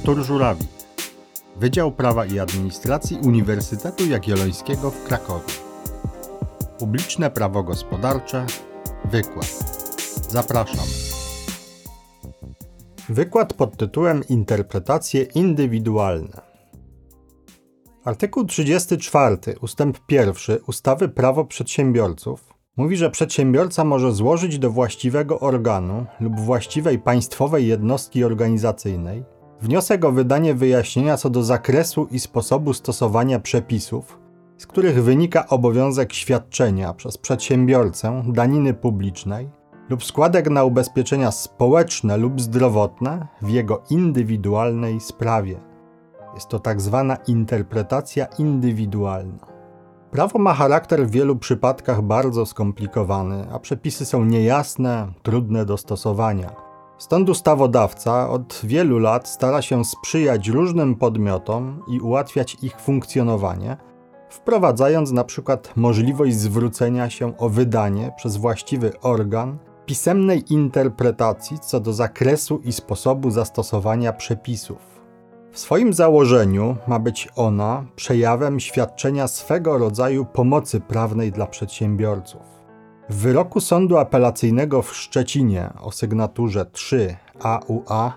Artur Żurawik, Wydział Prawa i Administracji Uniwersytetu Jagiellońskiego w Krakowie. Publiczne prawo gospodarcze. Wykład. Zapraszam. Wykład pod tytułem Interpretacje indywidualne. Artykuł 34 ustęp 1 ustawy Prawo przedsiębiorców mówi, że przedsiębiorca może złożyć do właściwego organu lub właściwej państwowej jednostki organizacyjnej wniosek o wydanie wyjaśnienia co do zakresu i sposobu stosowania przepisów, z których wynika obowiązek świadczenia przez przedsiębiorcę daniny publicznej lub składek na ubezpieczenia społeczne lub zdrowotne w jego indywidualnej sprawie. Jest to tak zwana interpretacja indywidualna. Prawo ma charakter w wielu przypadkach bardzo skomplikowany, a przepisy są niejasne, trudne do stosowania. Stąd ustawodawca od wielu lat stara się sprzyjać różnym podmiotom i ułatwiać ich funkcjonowanie, wprowadzając na przykład możliwość zwrócenia się o wydanie przez właściwy organ pisemnej interpretacji co do zakresu i sposobu zastosowania przepisów. W swoim założeniu ma być ona przejawem świadczenia swego rodzaju pomocy prawnej dla przedsiębiorców. W wyroku Sądu Apelacyjnego w Szczecinie o sygnaturze 3 AUA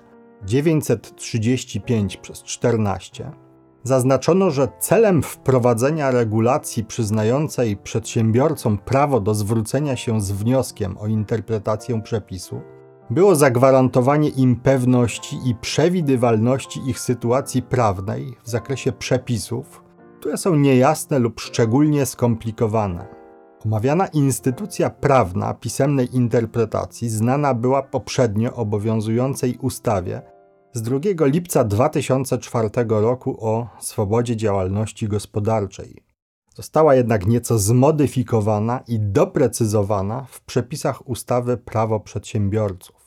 935/14 zaznaczono, że celem wprowadzenia regulacji przyznającej przedsiębiorcom prawo do zwrócenia się z wnioskiem o interpretację przepisu było zagwarantowanie im pewności i przewidywalności ich sytuacji prawnej w zakresie przepisów, które są niejasne lub szczególnie skomplikowane. Omawiana instytucja prawna pisemnej interpretacji znana była poprzednio obowiązującej ustawie z 2 lipca 2004 roku o swobodzie działalności gospodarczej. Została jednak nieco zmodyfikowana i doprecyzowana w przepisach ustawy Prawo przedsiębiorców.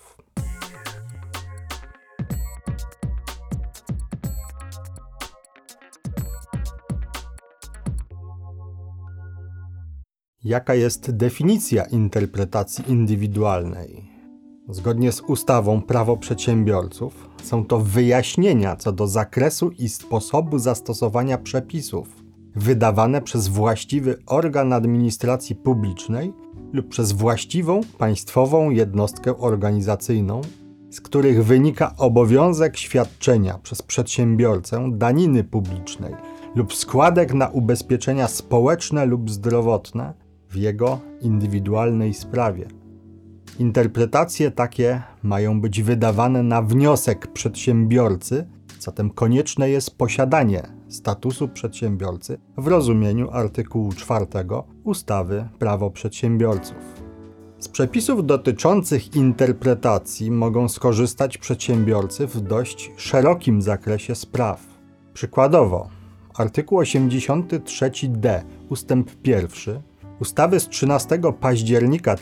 Jaka jest definicja interpretacji indywidualnej? Zgodnie z ustawą Prawo przedsiębiorców są to wyjaśnienia co do zakresu i sposobu zastosowania przepisów wydawane przez właściwy organ administracji publicznej lub przez właściwą państwową jednostkę organizacyjną, z których wynika obowiązek świadczenia przez przedsiębiorcę daniny publicznej lub składek na ubezpieczenia społeczne lub zdrowotne w jego indywidualnej sprawie. Interpretacje takie mają być wydawane na wniosek przedsiębiorcy, zatem konieczne jest posiadanie statusu przedsiębiorcy w rozumieniu artykułu 4 ustawy Prawo przedsiębiorców. Z przepisów dotyczących interpretacji mogą skorzystać przedsiębiorcy w dość szerokim zakresie spraw. Przykładowo, artykuł 83d ustęp 1 ustawy z 13 października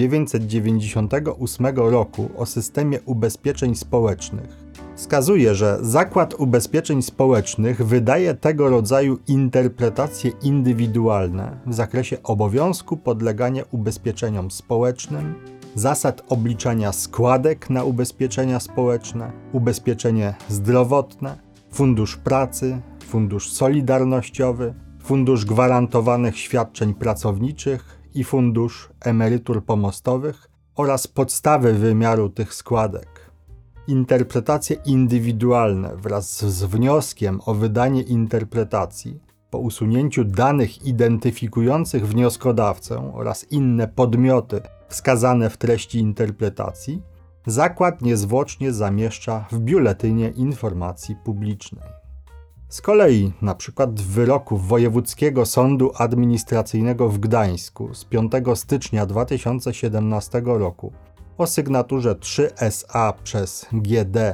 1998 roku o systemie ubezpieczeń społecznych wskazuje, że Zakład Ubezpieczeń Społecznych wydaje tego rodzaju interpretacje indywidualne w zakresie obowiązku podlegania ubezpieczeniom społecznym, zasad obliczania składek na ubezpieczenia społeczne, ubezpieczenie zdrowotne, fundusz pracy, fundusz solidarnościowy, fundusz gwarantowanych świadczeń pracowniczych i fundusz emerytur pomostowych oraz podstawy wymiaru tych składek. Interpretacje indywidualne wraz z wnioskiem o wydanie interpretacji po usunięciu danych identyfikujących wnioskodawcę oraz inne podmioty wskazane w treści interpretacji zakład niezwłocznie zamieszcza w Biuletynie Informacji Publicznej. Z kolei na przykład w wyroku Wojewódzkiego Sądu Administracyjnego w Gdańsku z 5 stycznia 2017 roku o sygnaturze 3 SA przez GD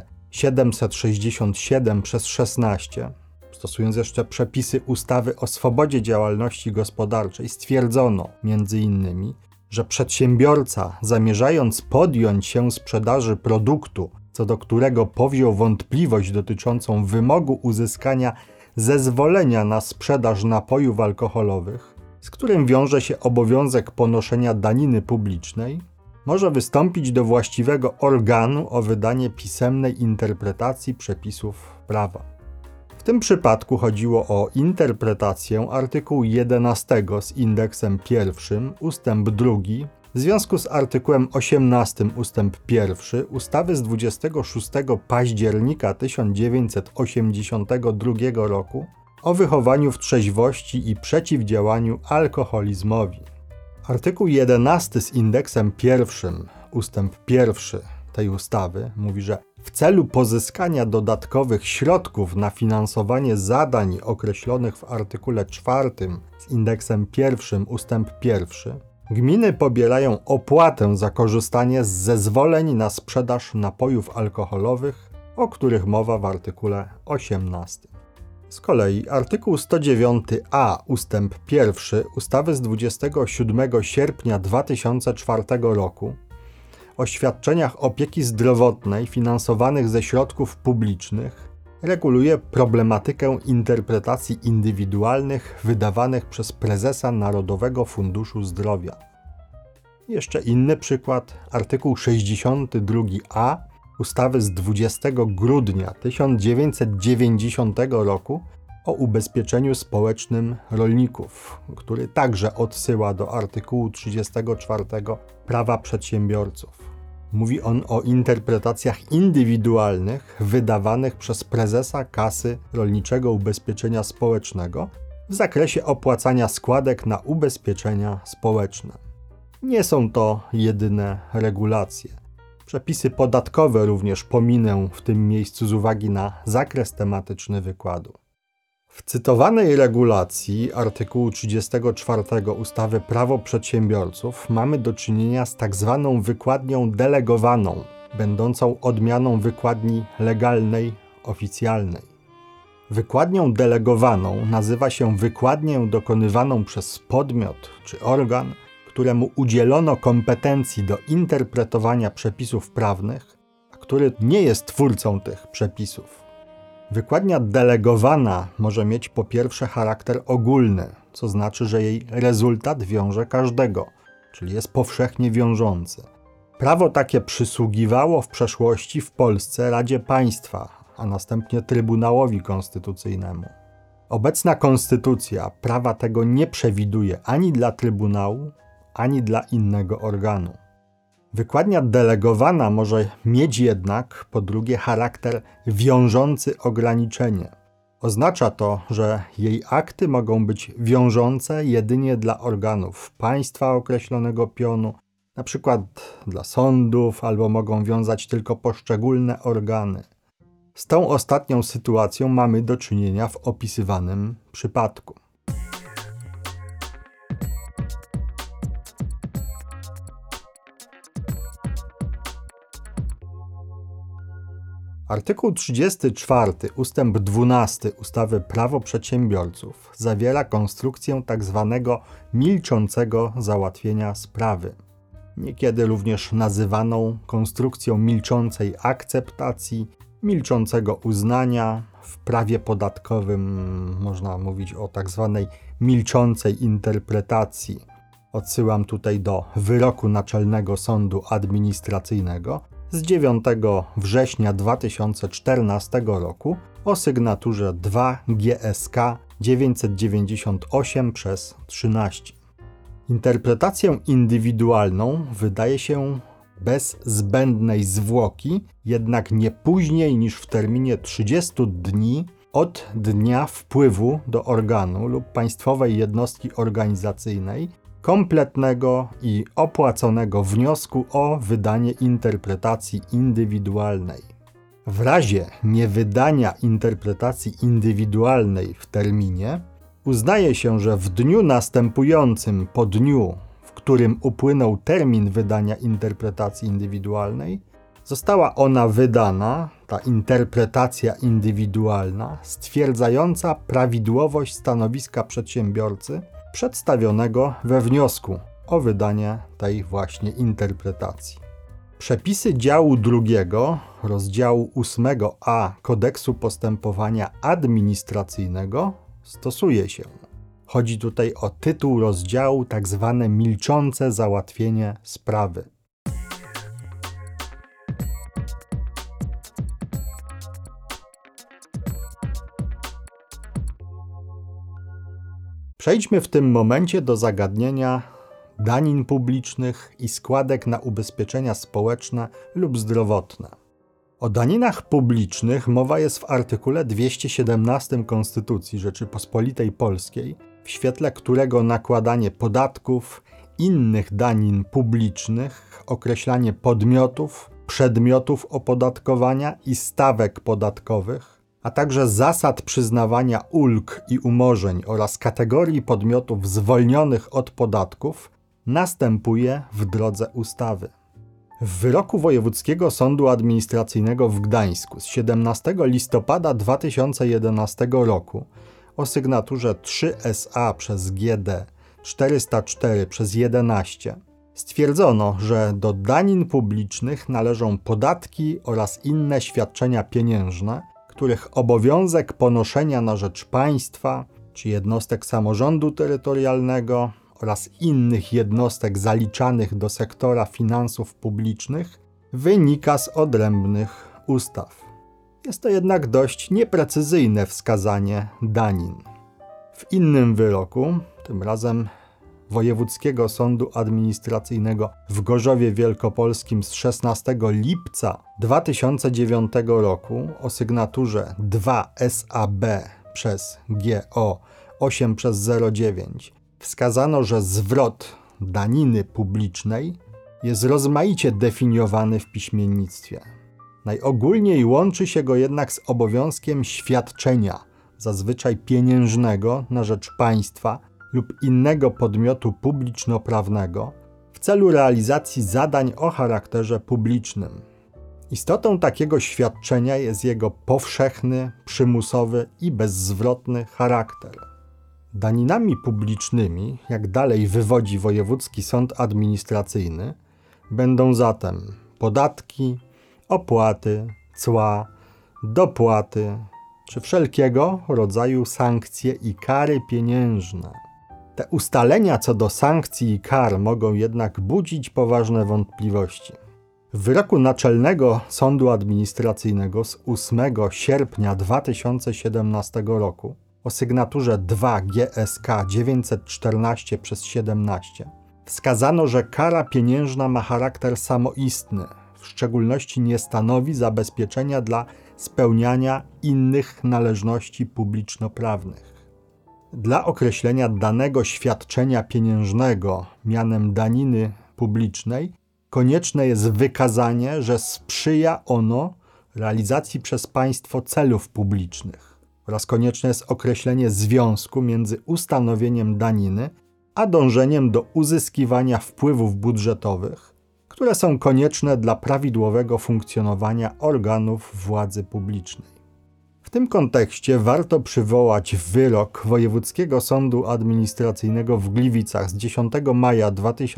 767/16, stosując jeszcze przepisy ustawy o swobodzie działalności gospodarczej, stwierdzono m.in., że przedsiębiorca, zamierzając podjąć się sprzedaży produktu, co do którego powziął wątpliwość dotyczącą wymogu uzyskania zezwolenia na sprzedaż napojów alkoholowych, z którym wiąże się obowiązek ponoszenia daniny publicznej, może wystąpić do właściwego organu o wydanie pisemnej interpretacji przepisów prawa. W tym przypadku chodziło o interpretację artykułu 11 z indeksem 1 ustęp 2 w związku z artykułem 18 ustęp 1 ustawy z 26 października 1982 roku o wychowaniu w trzeźwości i przeciwdziałaniu alkoholizmowi. Artykuł 11 z indeksem 1 ustęp 1 tej ustawy mówi, że w celu pozyskania dodatkowych środków na finansowanie zadań określonych w artykule 4 z indeksem 1 ustęp 1 gminy pobierają opłatę za korzystanie z zezwoleń na sprzedaż napojów alkoholowych, o których mowa w artykule 18. Z kolei artykuł 109a ustęp 1 ustawy z 27 sierpnia 2004 roku o świadczeniach opieki zdrowotnej finansowanych ze środków publicznych reguluje problematykę interpretacji indywidualnych wydawanych przez prezesa Narodowego Funduszu Zdrowia. Jeszcze inny przykład, artykuł 62a ustawy z 20 grudnia 1990 roku o ubezpieczeniu społecznym rolników, który także odsyła do artykułu 34 Prawa Przedsiębiorców. Mówi on o interpretacjach indywidualnych wydawanych przez prezesa Kasy Rolniczego Ubezpieczenia Społecznego w zakresie opłacania składek na ubezpieczenia społeczne. Nie są to jedyne regulacje. Przepisy podatkowe również pominę w tym miejscu z uwagi na zakres tematyczny wykładu. W cytowanej regulacji artykułu 34 ustawy Prawo Przedsiębiorców mamy do czynienia z tak zwaną wykładnią delegowaną, będącą odmianą wykładni legalnej, oficjalnej. Wykładnią delegowaną nazywa się wykładnię dokonywaną przez podmiot czy organ, któremu udzielono kompetencji do interpretowania przepisów prawnych, a który nie jest twórcą tych przepisów. Wykładnia delegowana może mieć po pierwsze charakter ogólny, co znaczy, że jej rezultat wiąże każdego, czyli jest powszechnie wiążący. Prawo takie przysługiwało w przeszłości w Polsce Radzie Państwa, a następnie Trybunałowi Konstytucyjnemu. Obecna konstytucja prawa tego nie przewiduje ani dla Trybunału, ani dla innego organu. Wykładnia delegowana może mieć jednak, po drugie, charakter wiążący ograniczenie. Oznacza to, że jej akty mogą być wiążące jedynie dla organów państwa określonego pionu, na przykład dla sądów, albo mogą wiązać tylko poszczególne organy. Z tą ostatnią sytuacją mamy do czynienia w opisywanym przypadku. Artykuł 34 ustęp 12 ustawy Prawo Przedsiębiorców zawiera konstrukcję tzw. milczącego załatwienia sprawy, niekiedy również nazywaną konstrukcją milczącej akceptacji, milczącego uznania. W prawie podatkowym można mówić o tzw. milczącej interpretacji. Odsyłam tutaj do wyroku Naczelnego Sądu Administracyjnego z 9 września 2014 roku o sygnaturze 2 GSK 998/13. Interpretację indywidualną wydaje się bez zbędnej zwłoki, jednak nie później niż w terminie 30 dni od dnia wpływu do organu lub państwowej jednostki organizacyjnej kompletnego i opłaconego wniosku o wydanie interpretacji indywidualnej. W razie niewydania interpretacji indywidualnej w terminie uznaje się, że w dniu następującym po dniu, w którym upłynął termin wydania interpretacji indywidualnej, została ona wydana, ta interpretacja indywidualna, stwierdzająca prawidłowość stanowiska przedsiębiorcy przedstawionego we wniosku o wydanie tej właśnie interpretacji. Przepisy działu 2, rozdziału 8a Kodeksu Postępowania Administracyjnego stosuje się. Chodzi tutaj o tytuł rozdziału tzw. milczące załatwienie sprawy. Przejdźmy w tym momencie do zagadnienia danin publicznych i składek na ubezpieczenia społeczne lub zdrowotne. O daninach publicznych mowa jest w artykule 217 Konstytucji Rzeczypospolitej Polskiej, w świetle którego nakładanie podatków, innych danin publicznych, określanie podmiotów, przedmiotów opodatkowania i stawek podatkowych, a także zasad przyznawania ulg i umorzeń oraz kategorii podmiotów zwolnionych od podatków następuje w drodze ustawy. W wyroku Wojewódzkiego Sądu Administracyjnego w Gdańsku z 17 listopada 2011 roku o sygnaturze 3SA przez GD 404 przez 11 stwierdzono, że do danin publicznych należą podatki oraz inne świadczenia pieniężne, których obowiązek ponoszenia na rzecz państwa czy jednostek samorządu terytorialnego oraz innych jednostek zaliczanych do sektora finansów publicznych wynika z odrębnych ustaw. Jest to jednak dość nieprecyzyjne wskazanie danin. W innym wyroku, tym razem Wojewódzkiego Sądu Administracyjnego w Gorzowie Wielkopolskim z 16 lipca 2009 roku o sygnaturze 2 SAB przez GO 8 przez 09 wskazano, że zwrot daniny publicznej jest rozmaicie definiowany w piśmiennictwie. Najogólniej łączy się go jednak z obowiązkiem świadczenia, zazwyczaj pieniężnego, na rzecz państwa lub innego podmiotu publiczno-prawnego w celu realizacji zadań o charakterze publicznym. Istotą takiego świadczenia jest jego powszechny, przymusowy i bezzwrotny charakter. Daninami publicznymi, jak dalej wywodzi Wojewódzki Sąd Administracyjny, będą zatem podatki, opłaty, cła, dopłaty czy wszelkiego rodzaju sankcje i kary pieniężne. Te ustalenia co do sankcji i kar mogą jednak budzić poważne wątpliwości. W wyroku Naczelnego Sądu Administracyjnego z 8 sierpnia 2017 roku o sygnaturze 2 GSK 914 przez 17 wskazano, że kara pieniężna ma charakter samoistny, w szczególności nie stanowi zabezpieczenia dla spełniania innych należności publiczno-prawnych. Dla określenia danego świadczenia pieniężnego mianem daniny publicznej konieczne jest wykazanie, że sprzyja ono realizacji przez państwo celów publicznych oraz konieczne jest określenie związku między ustanowieniem daniny a dążeniem do uzyskiwania wpływów budżetowych, które są konieczne dla prawidłowego funkcjonowania organów władzy publicznej. W tym kontekście warto przywołać wyrok Wojewódzkiego Sądu Administracyjnego w Gliwicach z 10 maja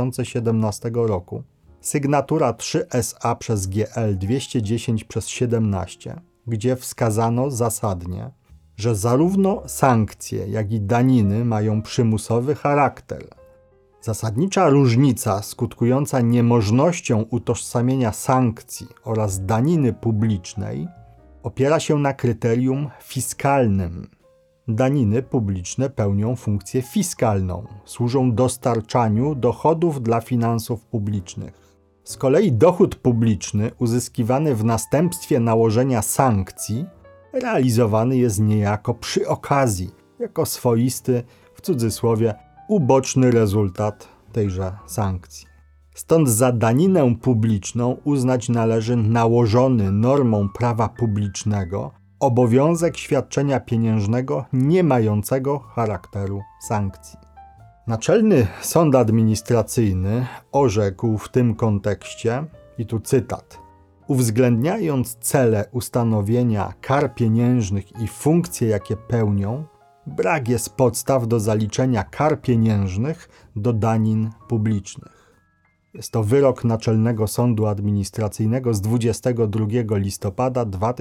2017 roku, sygnatura 3SA przez GL 210 przez 17, gdzie wskazano zasadnie, że zarówno sankcje, jak i daniny mają przymusowy charakter. Zasadnicza różnica skutkująca niemożnością utożsamienia sankcji oraz daniny publicznej opiera się na kryterium fiskalnym. Daniny publiczne pełnią funkcję fiskalną, służą dostarczaniu dochodów dla finansów publicznych. Z kolei dochód publiczny uzyskiwany w następstwie nałożenia sankcji realizowany jest niejako przy okazji, jako swoisty, w cudzysłowie, uboczny rezultat tejże sankcji. Stąd za daninę publiczną uznać należy nałożony normą prawa publicznego obowiązek świadczenia pieniężnego nie mającego charakteru sankcji. Naczelny Sąd Administracyjny orzekł w tym kontekście, i tu cytat: uwzględniając cele ustanowienia kar pieniężnych i funkcje, jakie pełnią, brak jest podstaw do zaliczenia kar pieniężnych do danin publicznych. Jest to wyrok Naczelnego Sądu Administracyjnego z 22 listopada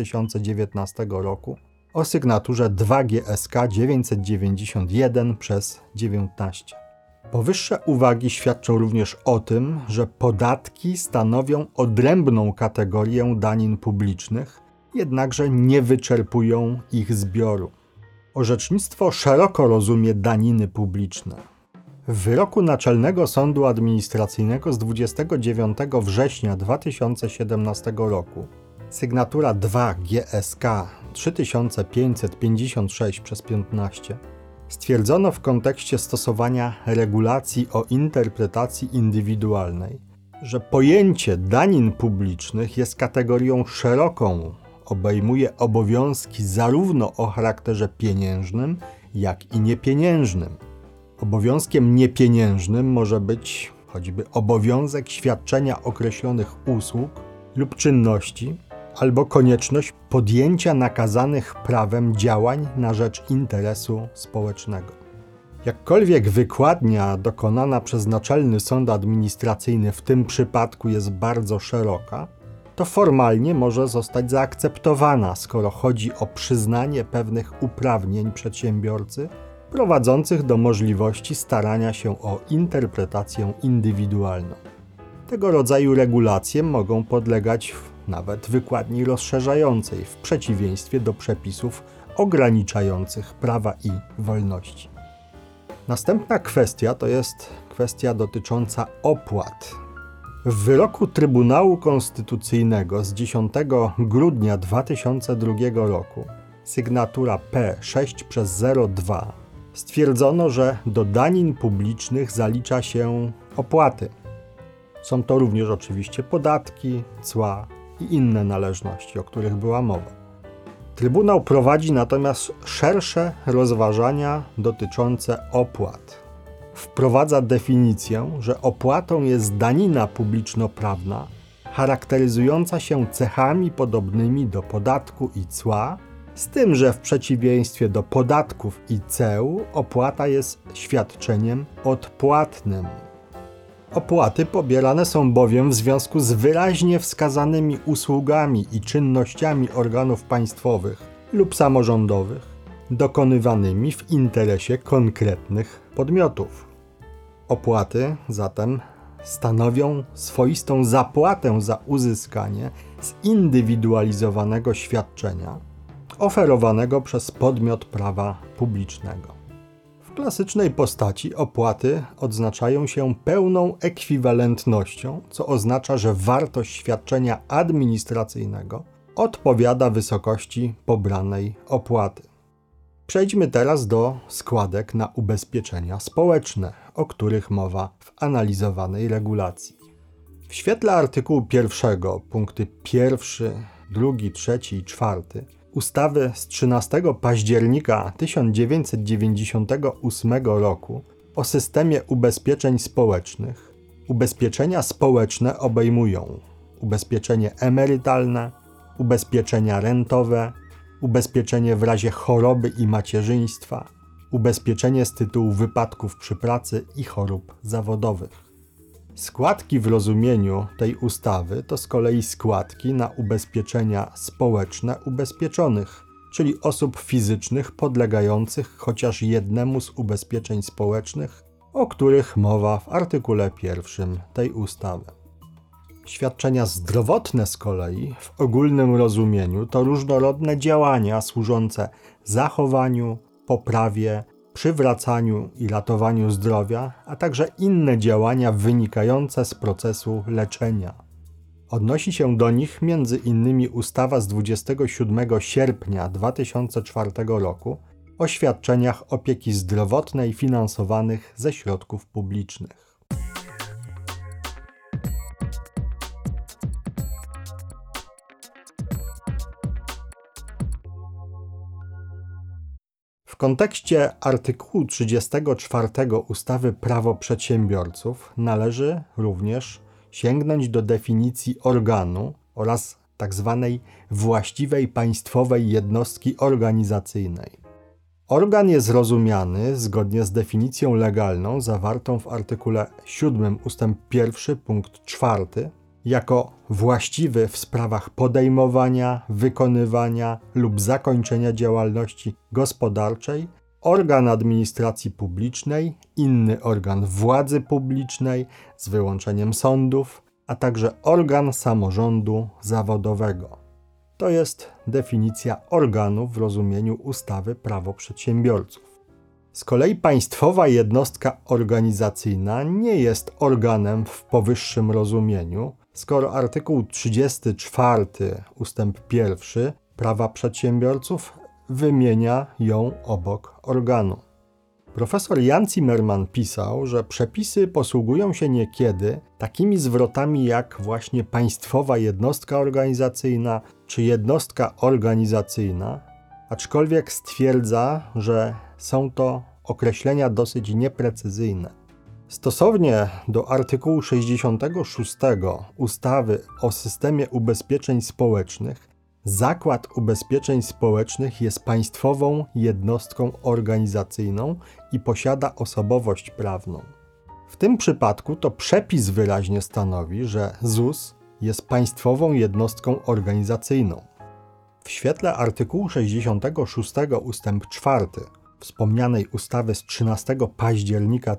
2019 roku o sygnaturze 2 GSK 991 przez 19. Powyższe uwagi świadczą również o tym, że podatki stanowią odrębną kategorię danin publicznych, jednakże nie wyczerpują ich zbioru. Orzecznictwo szeroko rozumie daniny publiczne. W wyroku Naczelnego Sądu Administracyjnego z 29 września 2017 roku, sygnatura 2 GSK 3556/15, stwierdzono w kontekście stosowania regulacji o interpretacji indywidualnej, że pojęcie danin publicznych jest kategorią szeroką, obejmuje obowiązki zarówno o charakterze pieniężnym, jak i niepieniężnym. Obowiązkiem niepieniężnym może być choćby obowiązek świadczenia określonych usług lub czynności, albo konieczność podjęcia nakazanych prawem działań na rzecz interesu społecznego. Jakkolwiek wykładnia dokonana przez Naczelny Sąd Administracyjny w tym przypadku jest bardzo szeroka, to formalnie może zostać zaakceptowana, skoro chodzi o przyznanie pewnych uprawnień przedsiębiorcy prowadzących do możliwości starania się o interpretację indywidualną. Tego rodzaju regulacje mogą podlegać nawet wykładni rozszerzającej w przeciwieństwie do przepisów ograniczających prawa i wolności. Następna kwestia to jest kwestia dotycząca opłat. W wyroku Trybunału Konstytucyjnego z 10 grudnia 2002 roku, sygnatura P6/02, stwierdzono, że do danin publicznych zalicza się opłaty. Są to również oczywiście podatki, cła i inne należności, o których była mowa. Trybunał prowadzi natomiast szersze rozważania dotyczące opłat. Wprowadza definicję, że opłatą jest danina publiczno-prawna charakteryzująca się cechami podobnymi do podatku i cła, z tym, że w przeciwieństwie do podatków i ceł opłata jest świadczeniem odpłatnym. Opłaty pobierane są bowiem w związku z wyraźnie wskazanymi usługami i czynnościami organów państwowych lub samorządowych, dokonywanymi w interesie konkretnych podmiotów. Opłaty zatem stanowią swoistą zapłatę za uzyskanie zindywidualizowanego świadczenia oferowanego przez podmiot prawa publicznego. W klasycznej postaci opłaty odznaczają się pełną ekwiwalentnością, co oznacza, że wartość świadczenia administracyjnego odpowiada wysokości pobranej opłaty. Przejdźmy teraz do składek na ubezpieczenia społeczne, o których mowa w analizowanej regulacji. W świetle artykułu 1, punkty 1, 2, 3 i 4 ustawy z 13 października 1998 roku o systemie ubezpieczeń społecznych, ubezpieczenia społeczne obejmują ubezpieczenie emerytalne, ubezpieczenia rentowe, ubezpieczenie w razie choroby i macierzyństwa, ubezpieczenie z tytułu wypadków przy pracy i chorób zawodowych. Składki w rozumieniu tej ustawy to z kolei składki na ubezpieczenia społeczne ubezpieczonych, czyli osób fizycznych podlegających chociaż jednemu z ubezpieczeń społecznych, o których mowa w artykule 1 tej ustawy. Świadczenia zdrowotne z kolei w ogólnym rozumieniu to różnorodne działania służące zachowaniu, poprawie, przywracaniu i ratowaniu zdrowia, a także inne działania wynikające z procesu leczenia. Odnosi się do nich m.in. ustawa z 27 sierpnia 2004 roku o świadczeniach opieki zdrowotnej finansowanych ze środków publicznych. W kontekście artykułu 34 ustawy Prawo przedsiębiorców należy również sięgnąć do definicji organu oraz tzw. właściwej państwowej jednostki organizacyjnej. Organ jest rozumiany zgodnie z definicją legalną zawartą w artykule 7 ust. 1 punkt 4 jako właściwy w sprawach podejmowania, wykonywania lub zakończenia działalności gospodarczej, organ administracji publicznej, inny organ władzy publicznej z wyłączeniem sądów, a także organ samorządu zawodowego. To jest definicja organu w rozumieniu ustawy Prawo przedsiębiorców. Z kolei państwowa jednostka organizacyjna nie jest organem w powyższym rozumieniu, skoro artykuł 34 ustęp 1 Prawa przedsiębiorców wymienia ją obok organu. Profesor Jan Zimmerman pisał, że przepisy posługują się niekiedy takimi zwrotami jak właśnie państwowa jednostka organizacyjna czy jednostka organizacyjna, aczkolwiek stwierdza, że są to określenia dosyć nieprecyzyjne. Stosownie do artykułu 66 ustawy o systemie ubezpieczeń społecznych, Zakład Ubezpieczeń Społecznych jest państwową jednostką organizacyjną i posiada osobowość prawną. W tym przypadku to przepis wyraźnie stanowi, że ZUS jest państwową jednostką organizacyjną. W świetle artykułu 66 ustęp 4 wspomnianej ustawy z 13 października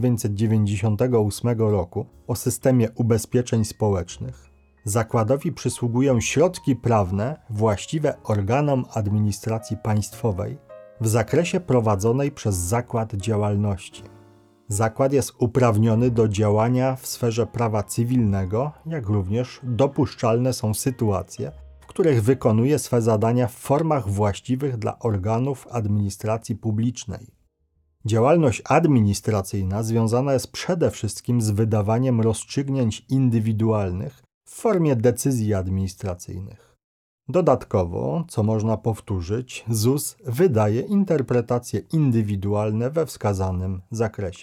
1998 roku o systemie ubezpieczeń społecznych, zakładowi przysługują środki prawne właściwe organom administracji państwowej w zakresie prowadzonej przez zakład działalności. Zakład jest uprawniony do działania w sferze prawa cywilnego, jak również dopuszczalne są sytuacje, w których wykonuje swe zadania w formach właściwych dla organów administracji publicznej. Działalność administracyjna związana jest przede wszystkim z wydawaniem rozstrzygnięć indywidualnych w formie decyzji administracyjnych. Dodatkowo, co można powtórzyć, ZUS wydaje interpretacje indywidualne we wskazanym zakresie.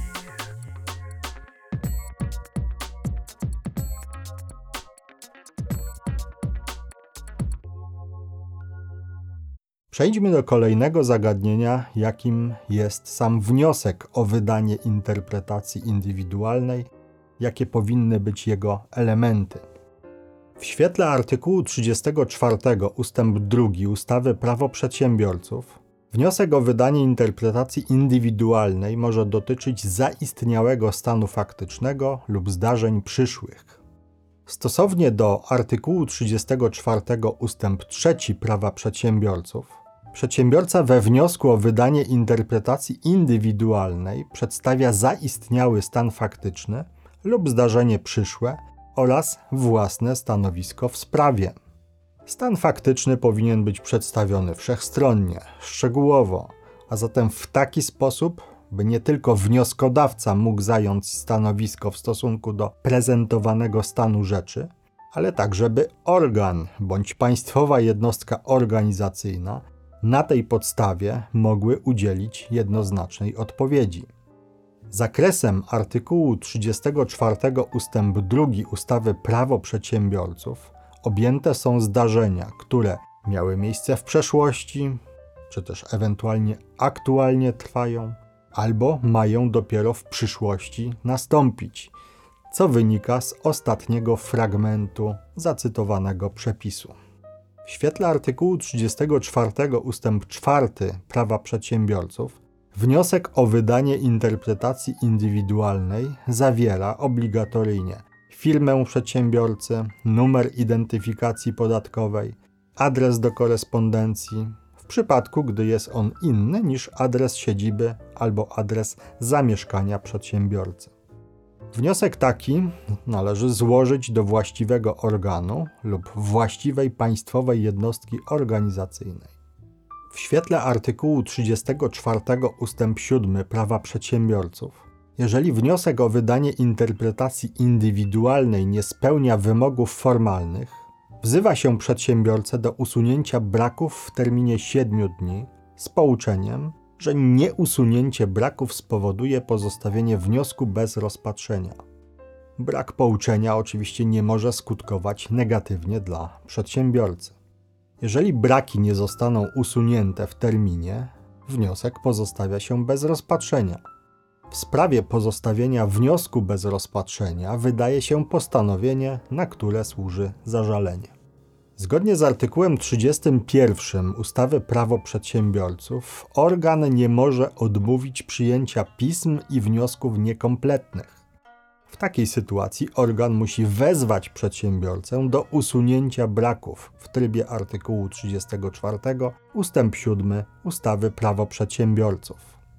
Przejdźmy do kolejnego zagadnienia, jakim jest sam wniosek o wydanie interpretacji indywidualnej, jakie powinny być jego elementy. W świetle artykułu 34 ustęp 2 ustawy Prawo przedsiębiorców wniosek o wydanie interpretacji indywidualnej może dotyczyć zaistniałego stanu faktycznego lub zdarzeń przyszłych. Stosownie do artykułu 34 ustęp 3 Prawa przedsiębiorców, przedsiębiorca we wniosku o wydanie interpretacji indywidualnej przedstawia zaistniały stan faktyczny lub zdarzenie przyszłe oraz własne stanowisko w sprawie. Stan faktyczny powinien być przedstawiony wszechstronnie, szczegółowo, a zatem w taki sposób, by nie tylko wnioskodawca mógł zająć stanowisko w stosunku do prezentowanego stanu rzeczy, ale także by organ bądź państwowa jednostka organizacyjna na tej podstawie mogły udzielić jednoznacznej odpowiedzi. Zakresem artykułu 34 ustęp 2 ustawy Prawo przedsiębiorców objęte są zdarzenia, które miały miejsce w przeszłości, czy też ewentualnie aktualnie trwają, albo mają dopiero w przyszłości nastąpić, co wynika z ostatniego fragmentu zacytowanego przepisu. W świetle artykułu 34 ustęp 4 Prawa przedsiębiorców wniosek o wydanie interpretacji indywidualnej zawiera obligatoryjnie firmę przedsiębiorcy, numer identyfikacji podatkowej, adres do korespondencji, w przypadku gdy jest on inny niż adres siedziby albo adres zamieszkania przedsiębiorcy. Wniosek taki należy złożyć do właściwego organu lub właściwej państwowej jednostki organizacyjnej. W świetle artykułu 34 ustęp 7 Prawa przedsiębiorców, jeżeli wniosek o wydanie interpretacji indywidualnej nie spełnia wymogów formalnych, wzywa się przedsiębiorcę do usunięcia braków w terminie 7 dni z pouczeniem, że nieusunięcie braków spowoduje pozostawienie wniosku bez rozpatrzenia. Brak pouczenia oczywiście nie może skutkować negatywnie dla przedsiębiorcy. Jeżeli braki nie zostaną usunięte w terminie, wniosek pozostawia się bez rozpatrzenia. W sprawie pozostawienia wniosku bez rozpatrzenia wydaje się postanowienie, na które służy zażalenie. Zgodnie z artykułem 31 ustawy Prawo przedsiębiorców, organ nie może odmówić przyjęcia pism i wniosków niekompletnych. W takiej sytuacji organ musi wezwać przedsiębiorcę do usunięcia braków w trybie artykułu 34 ustęp 7 ustawy Prawo przedsiębiorców.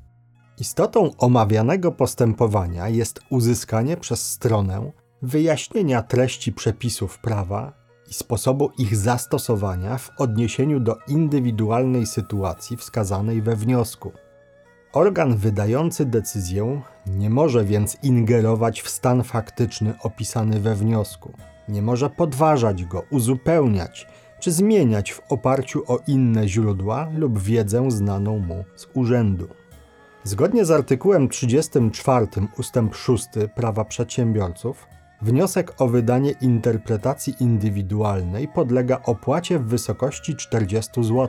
Istotą omawianego postępowania jest uzyskanie przez stronę wyjaśnienia treści przepisów prawa i sposobu ich zastosowania w odniesieniu do indywidualnej sytuacji wskazanej we wniosku. Organ wydający decyzję nie może więc ingerować w stan faktyczny opisany we wniosku. Nie może podważać go, uzupełniać czy zmieniać w oparciu o inne źródła lub wiedzę znaną mu z urzędu. Zgodnie z artykułem 34 ustęp 6 Prawa przedsiębiorców, wniosek o wydanie interpretacji indywidualnej podlega opłacie w wysokości 40 zł.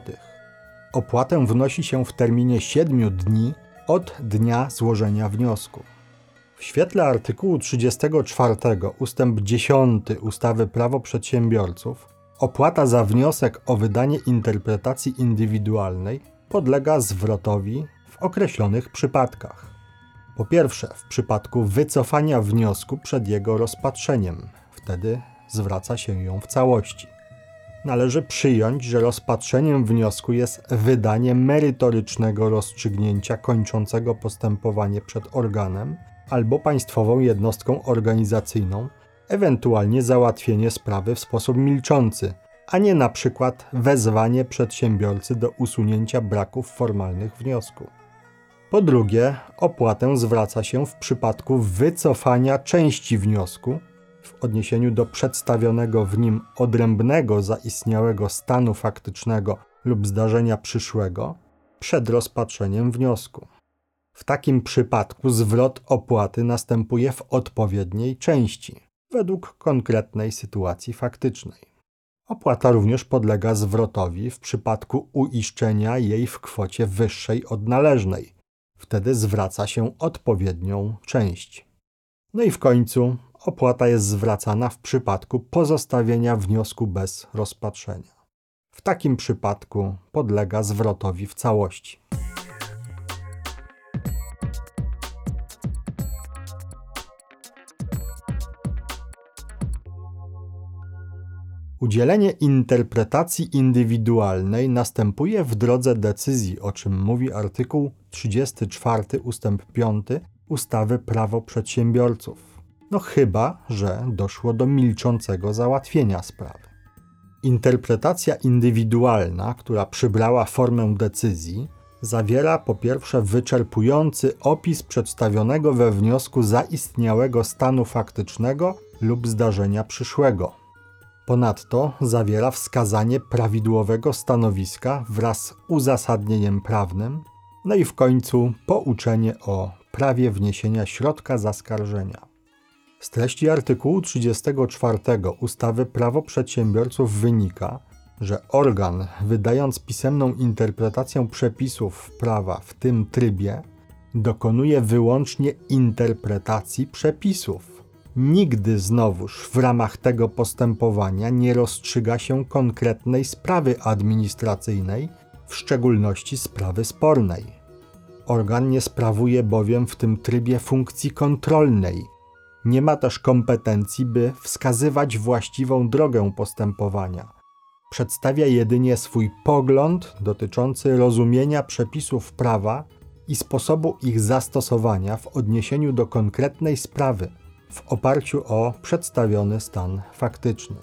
Opłatę wnosi się w terminie 7 dni od dnia złożenia wniosku. W świetle artykułu 34 ustęp 10 ustawy Prawo przedsiębiorców opłata za wniosek o wydanie interpretacji indywidualnej podlega zwrotowi w określonych przypadkach. Po pierwsze, w przypadku wycofania wniosku przed jego rozpatrzeniem. Wtedy zwraca się ją w całości. Należy przyjąć, że rozpatrzeniem wniosku jest wydanie merytorycznego rozstrzygnięcia kończącego postępowanie przed organem albo państwową jednostką organizacyjną, ewentualnie załatwienie sprawy w sposób milczący, a nie na przykład wezwanie przedsiębiorcy do usunięcia braków formalnych wniosku. Po drugie, opłatę zwraca się w przypadku wycofania części wniosku w odniesieniu do przedstawionego w nim odrębnego zaistniałego stanu faktycznego lub zdarzenia przyszłego przed rozpatrzeniem wniosku. W takim przypadku zwrot opłaty następuje w odpowiedniej części, według konkretnej sytuacji faktycznej. Opłata również podlega zwrotowi w przypadku uiszczenia jej w kwocie wyższej od należnej. Wtedy zwraca się odpowiednią część. No i w końcu opłata jest zwracana w przypadku pozostawienia wniosku bez rozpatrzenia. W takim przypadku podlega zwrotowi w całości. Udzielenie interpretacji indywidualnej następuje w drodze decyzji, o czym mówi artykuł 34 ustęp 5 ustawy Prawo przedsiębiorców. No chyba, że doszło do milczącego załatwienia sprawy. Interpretacja indywidualna, która przybrała formę decyzji, zawiera po pierwsze wyczerpujący opis przedstawionego we wniosku zaistniałego stanu faktycznego lub zdarzenia przyszłego. Ponadto zawiera wskazanie prawidłowego stanowiska wraz z uzasadnieniem prawnym, no i w końcu pouczenie o prawie wniesienia środka zaskarżenia. Z treści artykułu 34 ustawy Prawo przedsiębiorców wynika, że organ, wydając pisemną interpretację przepisów prawa w tym trybie, dokonuje wyłącznie interpretacji przepisów. Nigdy znowuż w ramach tego postępowania nie rozstrzyga się konkretnej sprawy administracyjnej, w szczególności sprawy spornej. Organ nie sprawuje bowiem w tym trybie funkcji kontrolnej. Nie ma też kompetencji, by wskazywać właściwą drogę postępowania. Przedstawia jedynie swój pogląd dotyczący rozumienia przepisów prawa i sposobu ich zastosowania w odniesieniu do konkretnej sprawy, w oparciu o przedstawiony stan faktyczny.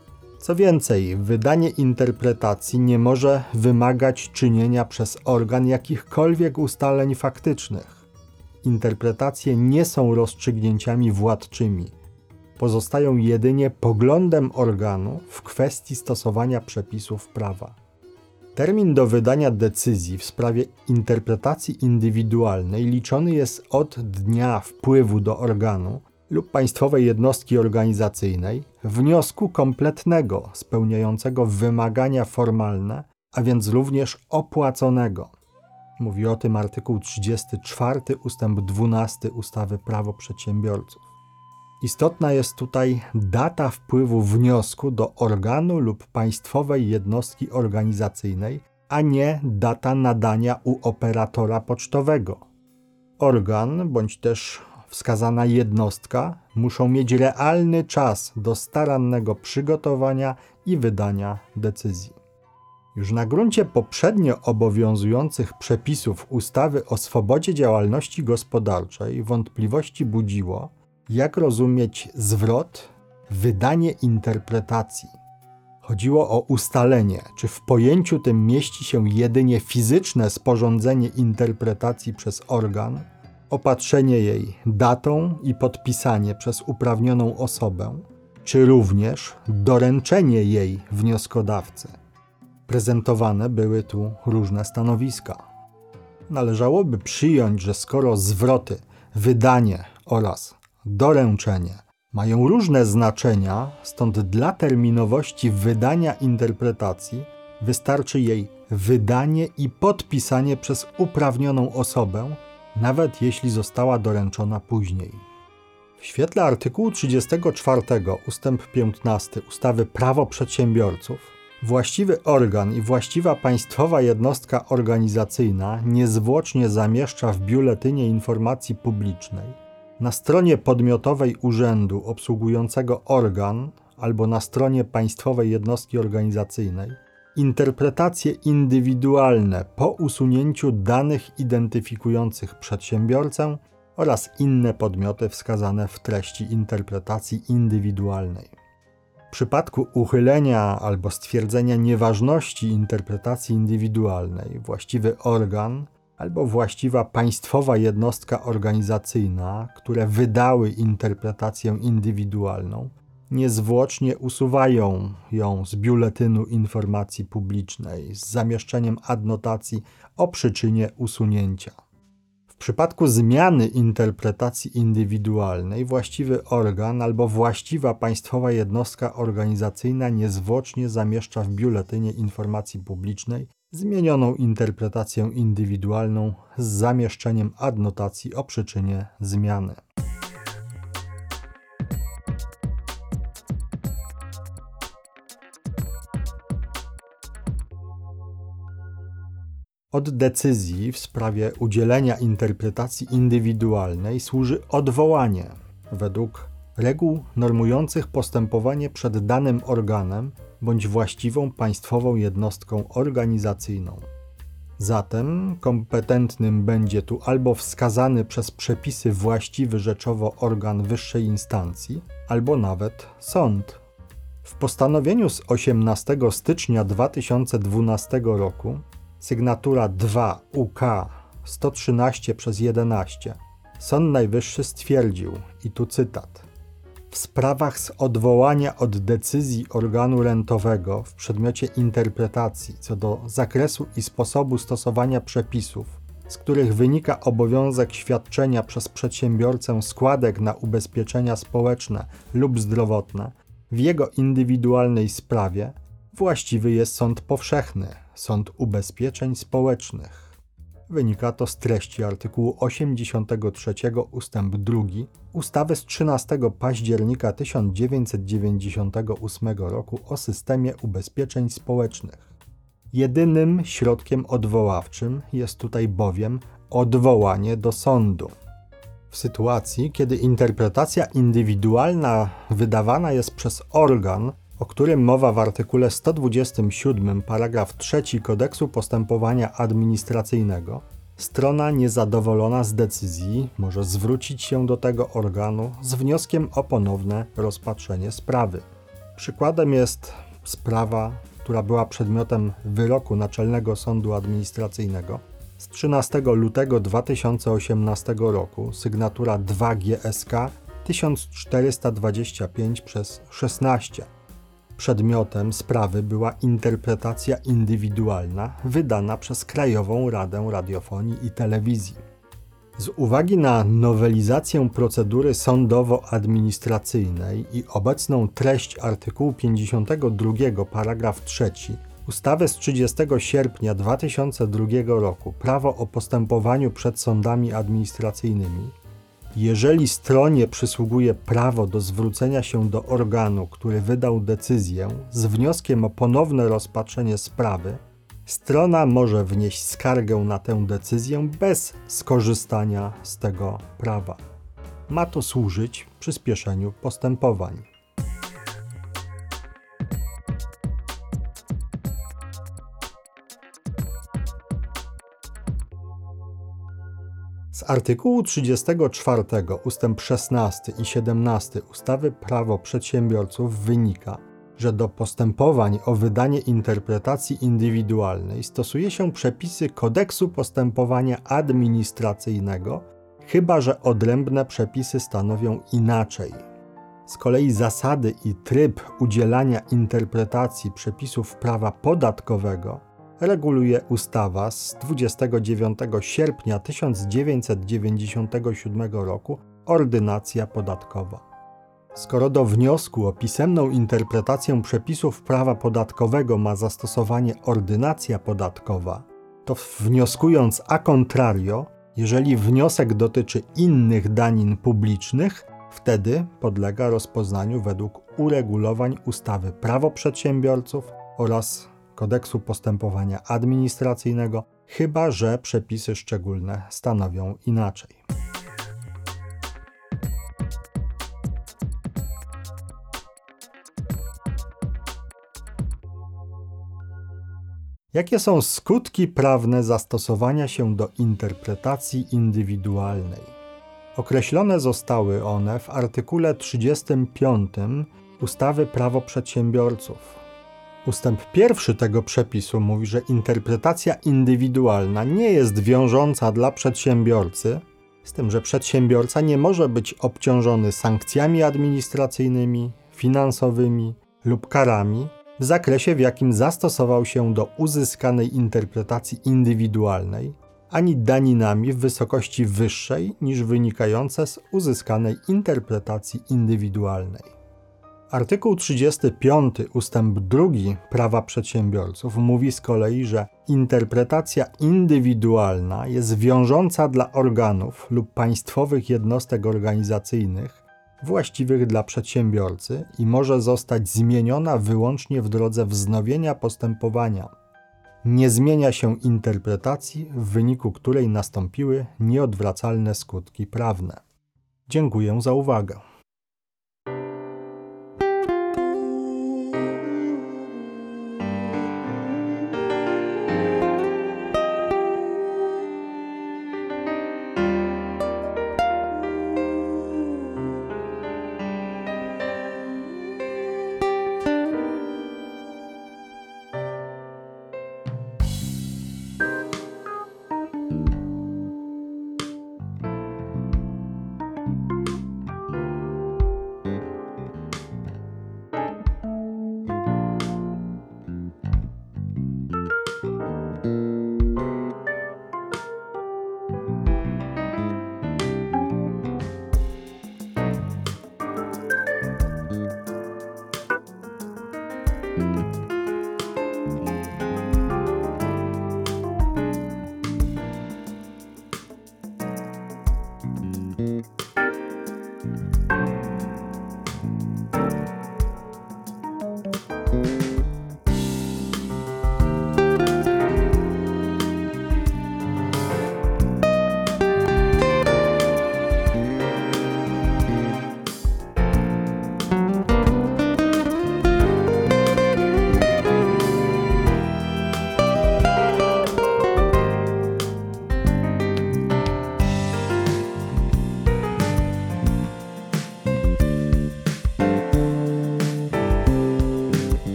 Co więcej, wydanie interpretacji nie może wymagać czynienia przez organ jakichkolwiek ustaleń faktycznych. Interpretacje nie są rozstrzygnięciami władczymi. Pozostają jedynie poglądem organu w kwestii stosowania przepisów prawa. Termin do wydania decyzji w sprawie interpretacji indywidualnej liczony jest od dnia wpływu do organu lub państwowej jednostki organizacyjnej wniosku kompletnego, spełniającego wymagania formalne, a więc również opłaconego. Mówi o tym artykuł 34 ustęp 12 ustawy Prawo przedsiębiorców. Istotna jest tutaj data wpływu wniosku do organu lub państwowej jednostki organizacyjnej, a nie data nadania u operatora pocztowego. Organ bądź też wskazana jednostka muszą mieć realny czas do starannego przygotowania i wydania decyzji. Już na gruncie poprzednio obowiązujących przepisów ustawy o swobodzie działalności gospodarczej wątpliwości budziło, jak rozumieć zwrot wydanie interpretacji. Chodziło o ustalenie, czy w pojęciu tym mieści się jedynie fizyczne sporządzenie interpretacji przez organ, opatrzenie jej datą i podpisanie przez uprawnioną osobę, czy również doręczenie jej wnioskodawcy. Prezentowane były tu różne stanowiska. Należałoby przyjąć, że skoro zwroty, wydanie oraz doręczenie mają różne znaczenia, stąd dla terminowości wydania interpretacji wystarczy jej wydanie i podpisanie przez uprawnioną osobę, nawet jeśli została doręczona później. W świetle artykułu 34 ustęp 15 ustawy Prawo przedsiębiorców właściwy organ i właściwa państwowa jednostka organizacyjna niezwłocznie zamieszcza w Biuletynie Informacji Publicznej na stronie podmiotowej urzędu obsługującego organ albo na stronie państwowej jednostki organizacyjnej interpretacje indywidualne po usunięciu danych identyfikujących przedsiębiorcę oraz inne podmioty wskazane w treści interpretacji indywidualnej. W przypadku uchylenia albo stwierdzenia nieważności interpretacji indywidualnej właściwy organ albo właściwa państwowa jednostka organizacyjna, które wydały interpretację indywidualną, niezwłocznie usuwają ją z Biuletynu Informacji Publicznej z zamieszczeniem adnotacji o przyczynie usunięcia. W przypadku zmiany interpretacji indywidualnej właściwy organ albo właściwa państwowa jednostka organizacyjna niezwłocznie zamieszcza w Biuletynie Informacji Publicznej zmienioną interpretację indywidualną z zamieszczeniem adnotacji o przyczynie zmiany. Od decyzji w sprawie udzielenia interpretacji indywidualnej służy odwołanie według reguł normujących postępowanie przed danym organem bądź właściwą państwową jednostką organizacyjną. Zatem kompetentnym będzie tu albo wskazany przez przepisy właściwy rzeczowo organ wyższej instancji, albo nawet sąd. W postanowieniu z 18 stycznia 2012 roku sygnatura 2 UK 113/11 Sąd Najwyższy stwierdził, i tu cytat: w sprawach z odwołania od decyzji organu rentowego w przedmiocie interpretacji co do zakresu i sposobu stosowania przepisów, z których wynika obowiązek świadczenia przez przedsiębiorcę składek na ubezpieczenia społeczne lub zdrowotne, w jego indywidualnej sprawie właściwy jest sąd powszechny, Sąd Ubezpieczeń Społecznych. Wynika to z treści artykułu 83 ustęp 2 ustawy z 13 października 1998 roku o systemie ubezpieczeń społecznych. Jedynym środkiem odwoławczym jest tutaj bowiem odwołanie do sądu. W sytuacji, kiedy interpretacja indywidualna wydawana jest przez organ, o którym mowa w artykule 127 paragraf 3 Kodeksu Postępowania Administracyjnego, strona niezadowolona z decyzji może zwrócić się do tego organu z wnioskiem o ponowne rozpatrzenie sprawy. Przykładem jest sprawa, która była przedmiotem wyroku Naczelnego Sądu Administracyjnego z 13 lutego 2018 roku, sygnatura 2 GSK 1425/16. Przedmiotem sprawy była interpretacja indywidualna wydana przez Krajową Radę Radiofonii i Telewizji. Z uwagi na nowelizację procedury sądowo-administracyjnej i obecną treść artykułu 52 paragraf 3 ustawy z 30 sierpnia 2002 roku Prawo o postępowaniu przed sądami administracyjnymi, jeżeli stronie przysługuje prawo do zwrócenia się do organu, który wydał decyzję z wnioskiem o ponowne rozpatrzenie sprawy, strona może wnieść skargę na tę decyzję bez skorzystania z tego prawa. Ma to służyć przyspieszeniu postępowań. Z artykułu 34 ustęp 16 i 17 ustawy Prawo przedsiębiorców wynika, że do postępowań o wydanie interpretacji indywidualnej stosuje się przepisy Kodeksu Postępowania Administracyjnego, chyba że odrębne przepisy stanowią inaczej. Z kolei zasady i tryb udzielania interpretacji przepisów prawa podatkowego reguluje ustawa z 29 sierpnia 1997 roku Ordynacja podatkowa. Skoro do wniosku o pisemną interpretację przepisów prawa podatkowego ma zastosowanie Ordynacja podatkowa, to wnioskując a contrario, jeżeli wniosek dotyczy innych danin publicznych, wtedy podlega rozpoznaniu według uregulowań ustawy Prawo przedsiębiorców oraz Kodeksu Postępowania Administracyjnego, chyba że przepisy szczególne stanowią inaczej. Jakie są skutki prawne zastosowania się do interpretacji indywidualnej? Określone zostały one w artykule 35 ustawy Prawo przedsiębiorców. Ustęp 1 tego przepisu mówi, że interpretacja indywidualna nie jest wiążąca dla przedsiębiorcy, z tym, że przedsiębiorca nie może być obciążony sankcjami administracyjnymi, finansowymi lub karami w zakresie, w jakim zastosował się do uzyskanej interpretacji indywidualnej, ani daninami w wysokości wyższej niż wynikające z uzyskanej interpretacji indywidualnej. Artykuł 35 ustęp 2 Prawa przedsiębiorców mówi z kolei, że interpretacja indywidualna jest wiążąca dla organów lub państwowych jednostek organizacyjnych właściwych dla przedsiębiorcy i może zostać zmieniona wyłącznie w drodze wznowienia postępowania. Nie zmienia się interpretacji, w wyniku której nastąpiły nieodwracalne skutki prawne. Dziękuję za uwagę.